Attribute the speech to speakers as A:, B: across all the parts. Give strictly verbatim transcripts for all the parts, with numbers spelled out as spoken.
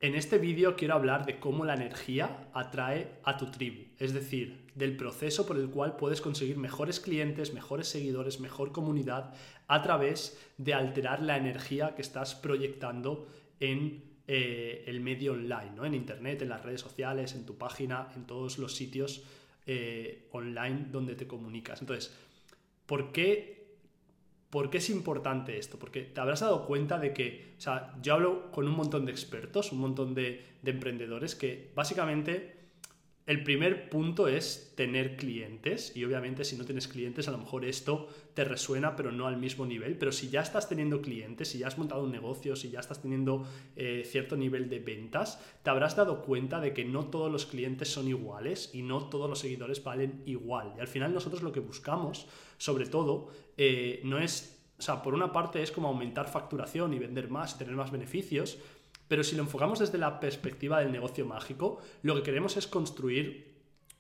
A: En este vídeo quiero hablar de cómo la energía atrae a tu tribu, es decir, del proceso por el cual puedes conseguir mejores clientes, mejores seguidores, mejor comunidad a través de alterar la energía que estás proyectando en eh, el medio online, ¿no? En internet, en las redes sociales, en tu página, en todos los sitios eh, online donde te comunicas. Entonces, ¿por qué? ¿Por qué es importante esto? Porque te habrás dado cuenta de que, o sea, yo hablo con un montón de expertos, un montón de, de emprendedores que básicamente el primer punto es tener clientes y obviamente si no tienes clientes a lo mejor esto te resuena pero no al mismo nivel, pero si ya estás teniendo clientes, si ya has montado un negocio, si ya estás teniendo eh, cierto nivel de ventas, te habrás dado cuenta de que no todos los clientes son iguales y no todos los seguidores valen igual y al final nosotros lo que buscamos sobre todo eh, no es, o sea, por una parte es como aumentar facturación y vender más y tener más beneficios. Pero si lo enfocamos desde la perspectiva del negocio mágico, lo que queremos es construir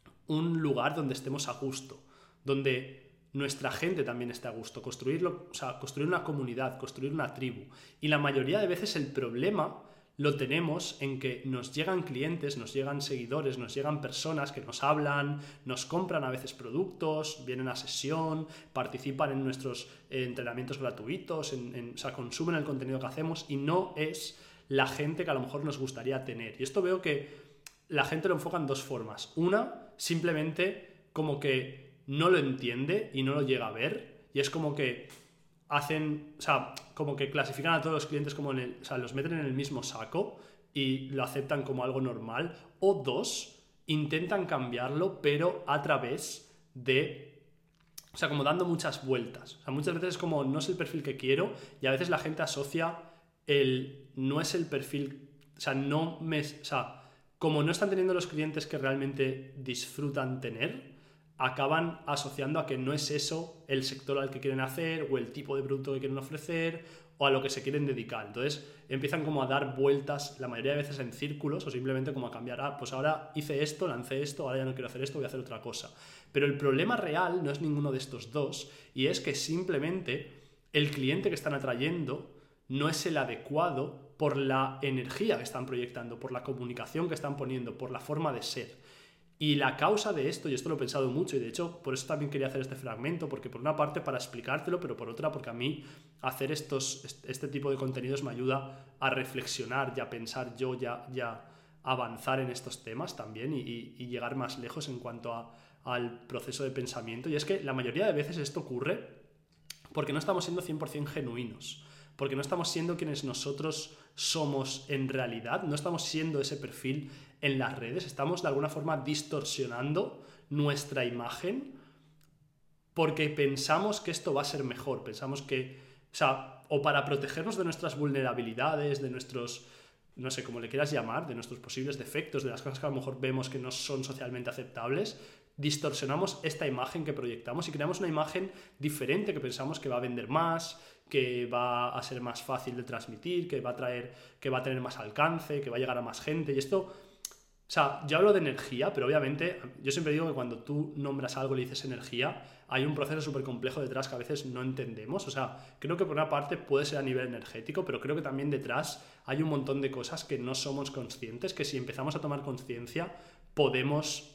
A: un lugar donde estemos a gusto, donde nuestra gente también esté a gusto, construirlo, o sea, construir una comunidad, construir una tribu. Y la mayoría de veces el problema lo tenemos en que nos llegan clientes, nos llegan seguidores, nos llegan personas que nos hablan, nos compran a veces productos, vienen a sesión, participan en nuestros eh, entrenamientos gratuitos, en, en, o sea, consumen el contenido que hacemos y no es la gente que a lo mejor nos gustaría tener. Y esto veo que la gente lo enfoca en dos formas. Una, simplemente como que no lo entiende y no lo llega a ver. Y es como que hacen, o sea, como que clasifican a todos los clientes como en el, o sea, los meten en el mismo saco y lo aceptan como algo normal. O dos, intentan cambiarlo, pero a través de, o sea, como dando muchas vueltas. O sea, muchas veces es como, no es el perfil que quiero y a veces la gente asocia el no es el perfil, o sea, no me, o sea, como no están teniendo los clientes que realmente disfrutan tener, acaban asociando a que no es eso el sector al que quieren hacer o el tipo de producto que quieren ofrecer o a lo que se quieren dedicar. Entonces empiezan como a dar vueltas la mayoría de veces en círculos o simplemente como a cambiar, ah, pues ahora hice esto, lancé esto, ahora ya no quiero hacer esto, voy a hacer otra cosa. Pero el problema real no es ninguno de estos dos y es que simplemente el cliente que están atrayendo no es el adecuado por la energía que están proyectando, por la comunicación que están poniendo, por la forma de ser. Y la causa de esto, y esto lo he pensado mucho, y de hecho por eso también quería hacer este fragmento, porque por una parte para explicártelo, pero por otra porque a mí hacer estos, este tipo de contenidos me ayuda a reflexionar y a pensar yo, ya, ya avanzar en estos temas también y, y, y llegar más lejos en cuanto a, al proceso de pensamiento. Y es que la mayoría de veces esto ocurre porque no estamos siendo cien por ciento genuinos. Porque no estamos siendo quienes nosotros somos en realidad, no estamos siendo ese perfil en las redes, estamos de alguna forma distorsionando nuestra imagen porque pensamos que esto va a ser mejor, pensamos que, o sea, o para protegernos de nuestras vulnerabilidades, de nuestros, no sé cómo le quieras llamar, de nuestros posibles defectos, de las cosas que a lo mejor vemos que no son socialmente aceptables, distorsionamos esta imagen que proyectamos y creamos una imagen diferente que pensamos que va a vender más, que va a ser más fácil de transmitir, que va a traer, que va a tener más alcance, que va a llegar a más gente. Y esto, o sea, yo hablo de energía, pero obviamente yo siempre digo que cuando tú nombras algo y le dices energía, hay un proceso súper complejo detrás que a veces no entendemos. O sea, creo que por una parte puede ser a nivel energético, pero creo que también detrás hay un montón de cosas que no somos conscientes, que si empezamos a tomar conciencia podemos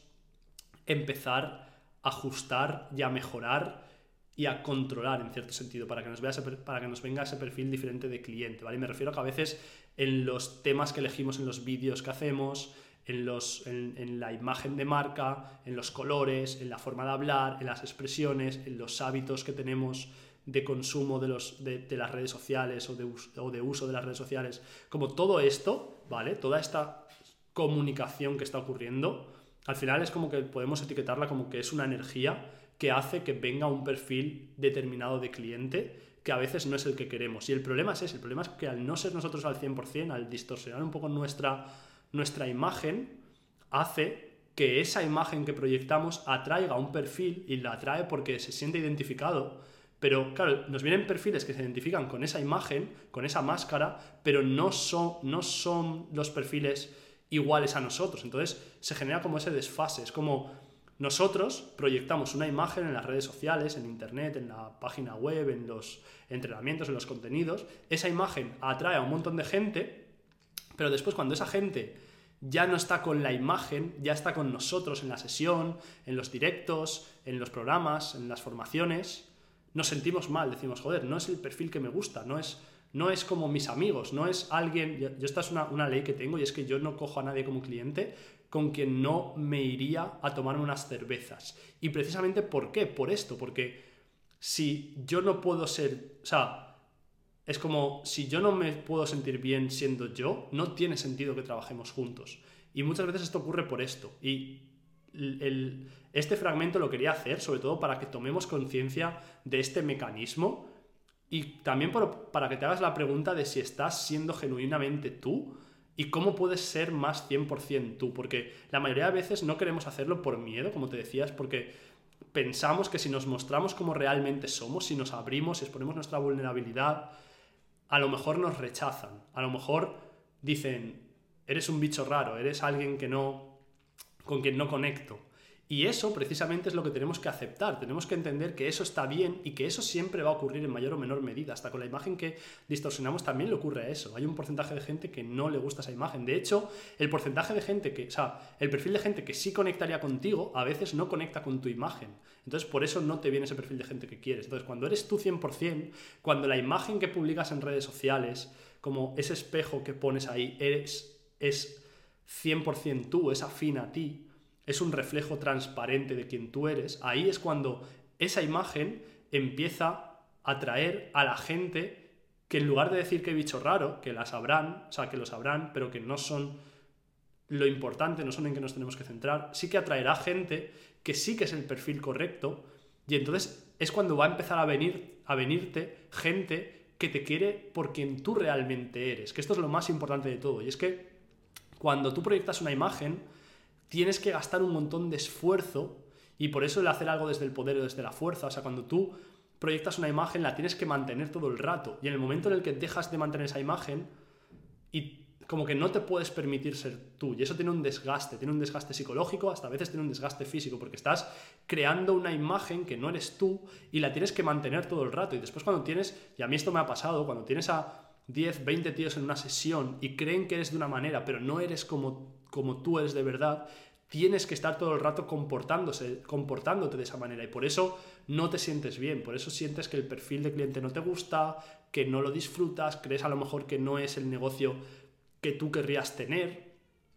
A: empezar a ajustar y a mejorar y a controlar en cierto sentido para que nos vea ese, para que nos venga ese perfil diferente de cliente, ¿vale? Me refiero a que a veces en los temas que elegimos en los vídeos que hacemos, en, los, en, en la imagen de marca, en los colores, en la forma de hablar, en las expresiones, en los hábitos que tenemos de consumo de, los, de, de las redes sociales o de, o de uso de las redes sociales, como todo esto, ¿vale? Toda esta comunicación que está ocurriendo, al final es como que podemos etiquetarla como que es una energía que hace que venga un perfil determinado de cliente que a veces no es el que queremos. Y el problema es ese, el problema es que al no ser nosotros al cien por ciento, al distorsionar un poco nuestra, nuestra imagen, hace que esa imagen que proyectamos atraiga un perfil y la atrae porque se siente identificado. Pero claro, nos vienen perfiles que se identifican con esa imagen, con esa máscara, pero no son, no son los perfiles iguales a nosotros. Entonces se genera como ese desfase, es como nosotros proyectamos una imagen en las redes sociales, en internet, en la página web, en los entrenamientos, en los contenidos. Esa imagen atrae a un montón de gente, Pero después, cuando esa gente ya no está con la imagen, ya está con nosotros en la sesión, en los directos, en los programas, en las formaciones, nos sentimos mal, decimos, joder, no es el perfil que me gusta, no es, no es como mis amigos, no es alguien... Yo, yo esta es una, una ley que tengo, y es que yo no cojo a nadie como cliente con quien no me iría a tomarme unas cervezas. Y precisamente, ¿por qué? Por esto, porque si yo no puedo ser... O sea, es como, si yo no me puedo sentir bien siendo yo, no tiene sentido que trabajemos juntos. Y muchas veces esto ocurre por esto. Y el, el, este fragmento lo quería hacer sobre todo para que tomemos conciencia de este mecanismo, y también por, para que te hagas la pregunta de si estás siendo genuinamente tú y cómo puedes ser más cien por ciento tú. Porque la mayoría de veces no queremos hacerlo por miedo, como te decías, porque pensamos que si nos mostramos como realmente somos, si nos abrimos, si exponemos nuestra vulnerabilidad, a lo mejor nos rechazan, a lo mejor dicen, eres un bicho raro, eres alguien que no, con quien no conecto. Y eso precisamente es lo que tenemos que aceptar, tenemos que entender que eso está bien y que eso siempre va a ocurrir en mayor o menor medida. Hasta con la imagen que distorsionamos también le ocurre eso. Hay un porcentaje de gente que no le gusta esa imagen. De hecho, el porcentaje de gente que, o sea, el perfil de gente que sí conectaría contigo, a veces no conecta con tu imagen. Entonces, por eso no te viene ese perfil de gente que quieres. Entonces, cuando eres tú cien por ciento, cuando la imagen que publicas en redes sociales, como ese espejo que pones ahí, eres, es cien por ciento tú, es afín a ti, es un reflejo transparente de quien tú eres, ahí es cuando esa imagen empieza a atraer a la gente que, en lugar de decir que bicho raro, que la sabrán, o sea, que lo sabrán, pero que no son lo importante, no son en que nos tenemos que centrar, sí que atraerá gente que sí que es el perfil correcto, y entonces es cuando va a empezar a venir, a venirte gente que te quiere por quien tú realmente eres, que esto es lo más importante de todo. Y es que cuando tú proyectas una imagen, tienes que gastar un montón de esfuerzo, y por eso el hacer algo desde el poder o desde la fuerza, o sea, cuando tú proyectas una imagen la tienes que mantener todo el rato, y en el momento en el que dejas de mantener esa imagen y como que no te puedes permitir ser tú, y eso tiene un desgaste, tiene un desgaste psicológico, hasta a veces tiene un desgaste físico, porque estás creando una imagen que no eres tú y la tienes que mantener todo el rato. Y después, cuando tienes, y a mí esto me ha pasado, cuando tienes a diez, veinte tíos en una sesión y creen que eres de una manera, pero no eres como, como tú eres de verdad, tienes que estar todo el rato comportándose, comportándote de esa manera, y por eso no te sientes bien, por eso sientes que el perfil de cliente no te gusta, que no lo disfrutas, crees a lo mejor que no es el negocio que tú querrías tener,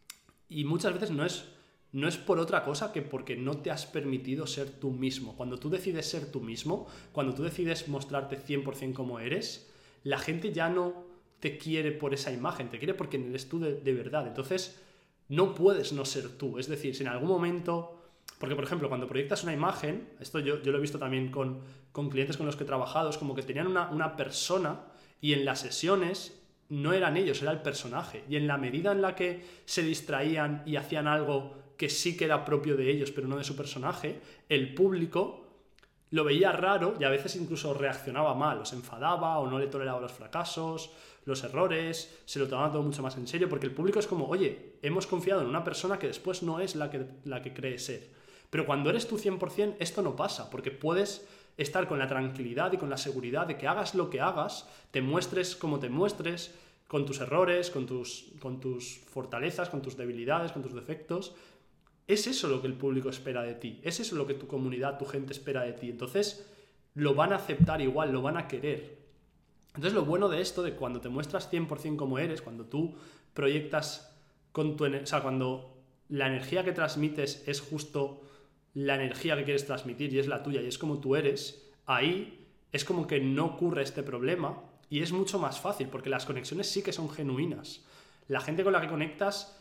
A: y muchas veces no es, no es por otra cosa que porque no te has permitido ser tú mismo. Cuando tú decides ser tú mismo, cuando tú decides mostrarte cien por ciento como eres, la gente ya no te quiere por esa imagen, te quiere porque eres tú de, de verdad. Entonces no puedes no ser tú. Es decir, si en algún momento... Porque, por ejemplo, cuando proyectas una imagen, esto yo, yo lo he visto también con, con clientes con los que he trabajado, es como que tenían una, una persona, y en las sesiones no eran ellos, era el personaje. Y en la medida en la que se distraían y hacían algo que sí que era propio de ellos, pero no de su personaje, el público lo veía raro y a veces incluso reaccionaba mal, o se enfadaba, o no le toleraba los fracasos, los errores, se lo tomaba todo mucho más en serio, porque el público es como, oye, hemos confiado en una persona que después no es la que, la que cree ser. Pero cuando eres tú cien por ciento, esto no pasa, porque puedes estar con la tranquilidad y con la seguridad de que hagas lo que hagas, te muestres como te muestres, con tus errores, con tus, con tus fortalezas, con tus debilidades, con tus defectos. Es eso lo que el público espera de ti, es eso lo que tu comunidad, tu gente espera de ti. Entonces lo van a aceptar igual, lo van a querer. Entonces lo bueno de esto, de cuando te muestras cien por ciento como eres, cuando tú proyectas con tu... O sea, cuando la energía que transmites es justo la energía que quieres transmitir y es la tuya y es como tú eres, ahí es como que no ocurre este problema y es mucho más fácil, porque las conexiones sí que son genuinas. La gente con la que conectas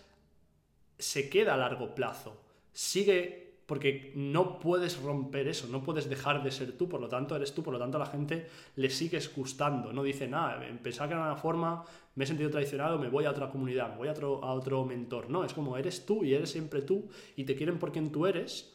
A: se queda a largo plazo, sigue, porque no puedes romper eso, no puedes dejar de ser tú, por lo tanto eres tú, por lo tanto a la gente le sigues gustando, no dice nada, pensaba que era una forma, me he sentido traicionado, me voy a otra comunidad, me voy a otro, a otro mentor. No, es como eres tú y eres siempre tú y te quieren por quien tú eres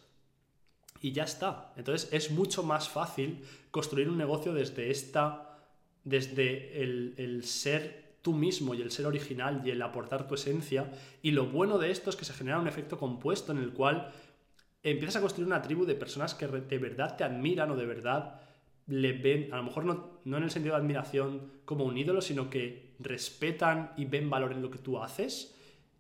A: y ya está. Entonces es mucho más fácil construir un negocio desde esta, desde el, el ser tú mismo y el ser original y el aportar tu esencia. Y lo bueno de esto es que se genera un efecto compuesto en el cual empiezas a construir una tribu de personas que de verdad te admiran o de verdad le ven, a lo mejor no, no en el sentido de admiración como un ídolo, sino que respetan y ven valor en lo que tú haces.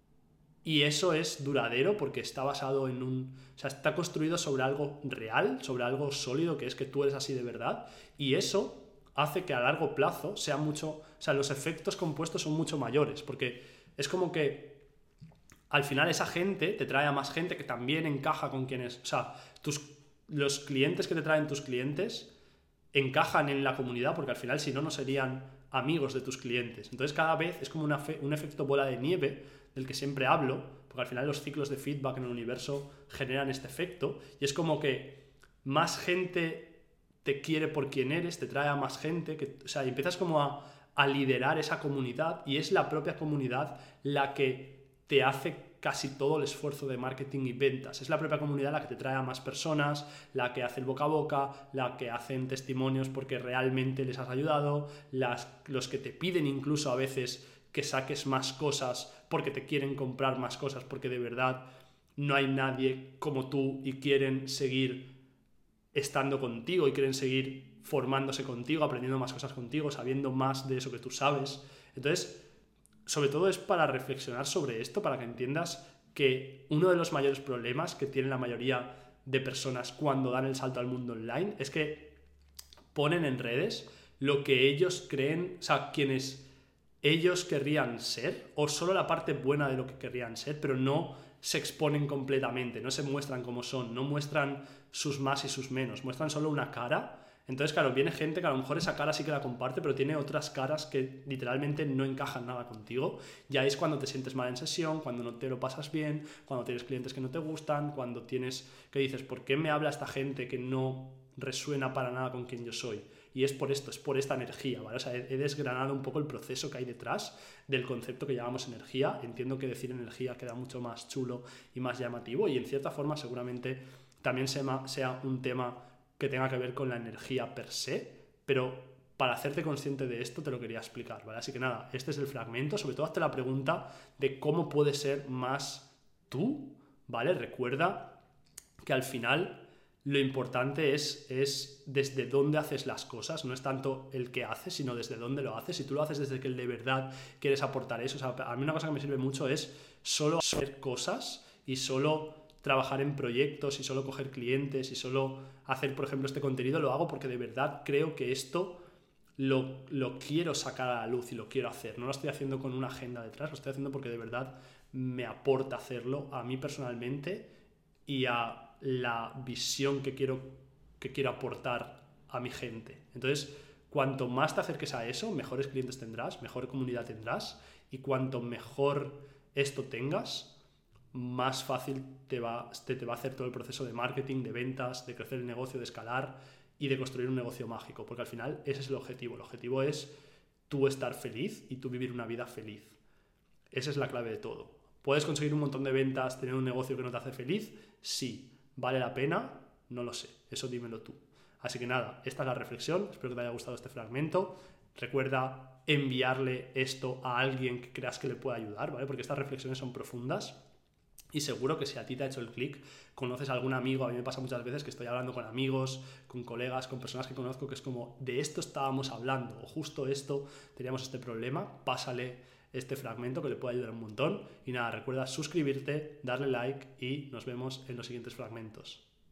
A: Y eso es duradero porque está basado en un... O sea, está construido sobre algo real, sobre algo sólido, que es que tú eres así de verdad. Y eso hace que a largo plazo sea mucho... O sea, los efectos compuestos son mucho mayores. Porque es como que al final esa gente te trae a más gente que también encaja con quienes... O sea, tus, los clientes que te traen tus clientes encajan en la comunidad, porque al final si no, no serían amigos de tus clientes. Entonces cada vez es como una fe, un efecto bola de nieve del que siempre hablo, porque al final los ciclos de feedback en el universo generan este efecto, y es como que más gente te quiere por quien eres, te trae a más gente, que, o sea, y empiezas como a, a liderar esa comunidad, y es la propia comunidad la que te hace casi todo el esfuerzo de marketing y ventas. Es la propia comunidad la que te trae a más personas, la que hace el boca a boca, la que hacen testimonios porque realmente les has ayudado, las, los que te piden incluso a veces que saques más cosas porque te quieren comprar más cosas, porque de verdad no hay nadie como tú y quieren seguir estando contigo y quieren seguir formándose contigo, aprendiendo más cosas contigo, sabiendo más de eso que tú sabes. Entonces, sobre todo es para reflexionar sobre esto, para que entiendas que uno de los mayores problemas que tienen la mayoría de personas cuando dan el salto al mundo online es que ponen en redes lo que ellos creen, o sea, quienes ellos querrían ser, o solo la parte buena de lo que querrían ser, pero no se exponen completamente, no se muestran como son, no muestran sus más y sus menos, muestran solo una cara. Entonces, claro, viene gente que a lo mejor esa cara sí que la comparte, pero tiene otras caras que literalmente no encajan nada contigo. Y ahí es cuando te sientes mal en sesión, cuando no te lo pasas bien, cuando tienes clientes que no te gustan, cuando tienes que dices, ¿por qué me habla esta gente que no resuena para nada con quien yo soy? Y es por esto, es por esta energía, ¿vale? O sea, he desgranado un poco el proceso que hay detrás del concepto que llamamos energía. Entiendo que decir energía queda mucho más chulo y más llamativo, y en cierta forma seguramente también sea un tema que tenga que ver con la energía per se, pero para hacerte consciente de esto te lo quería explicar, ¿vale? Así que nada, este es el fragmento. Sobre todo hazte la pregunta de cómo puedes ser más tú, ¿vale? Recuerda que al final lo importante es, es desde dónde haces las cosas, no es tanto el que haces, sino desde dónde lo haces. Si tú lo haces desde que de verdad quieres aportar eso, o sea, a mí una cosa que me sirve mucho es solo hacer cosas y solo trabajar en proyectos y solo coger clientes y solo hacer, por ejemplo, este contenido. Lo hago porque de verdad creo que esto lo, lo quiero sacar a la luz y lo quiero hacer. No lo estoy haciendo con una agenda detrás, lo estoy haciendo porque de verdad me aporta hacerlo a mí personalmente y a la visión que quiero, que quiero aportar a mi gente. Entonces, cuanto más te acerques a eso, mejores clientes tendrás, mejor comunidad tendrás, y cuanto mejor esto tengas, más fácil te va, te, te va a hacer todo el proceso de marketing, de ventas, de crecer el negocio, de escalar y de construir un negocio mágico, porque al final ese es el objetivo. El objetivo es tú estar feliz y tú vivir una vida feliz. Esa es la clave de todo. ¿Puedes conseguir un montón de ventas, tener un negocio que no te hace feliz? Sí. ¿Vale la pena? No lo sé. Eso dímelo tú. Así que nada, esta es la reflexión. Espero que te haya gustado este fragmento. Recuerda enviarle esto a alguien que creas que le pueda ayudar, ¿vale? Porque estas reflexiones son profundas. Y seguro que si a ti te ha hecho el clic, conoces a algún amigo. A mí me pasa muchas veces que estoy hablando con amigos, con colegas, con personas que conozco, que es como, de esto estábamos hablando, o justo esto, teníamos este problema, pásale este fragmento que le puede ayudar un montón. Y nada, recuerda suscribirte, darle like y nos vemos en los siguientes fragmentos.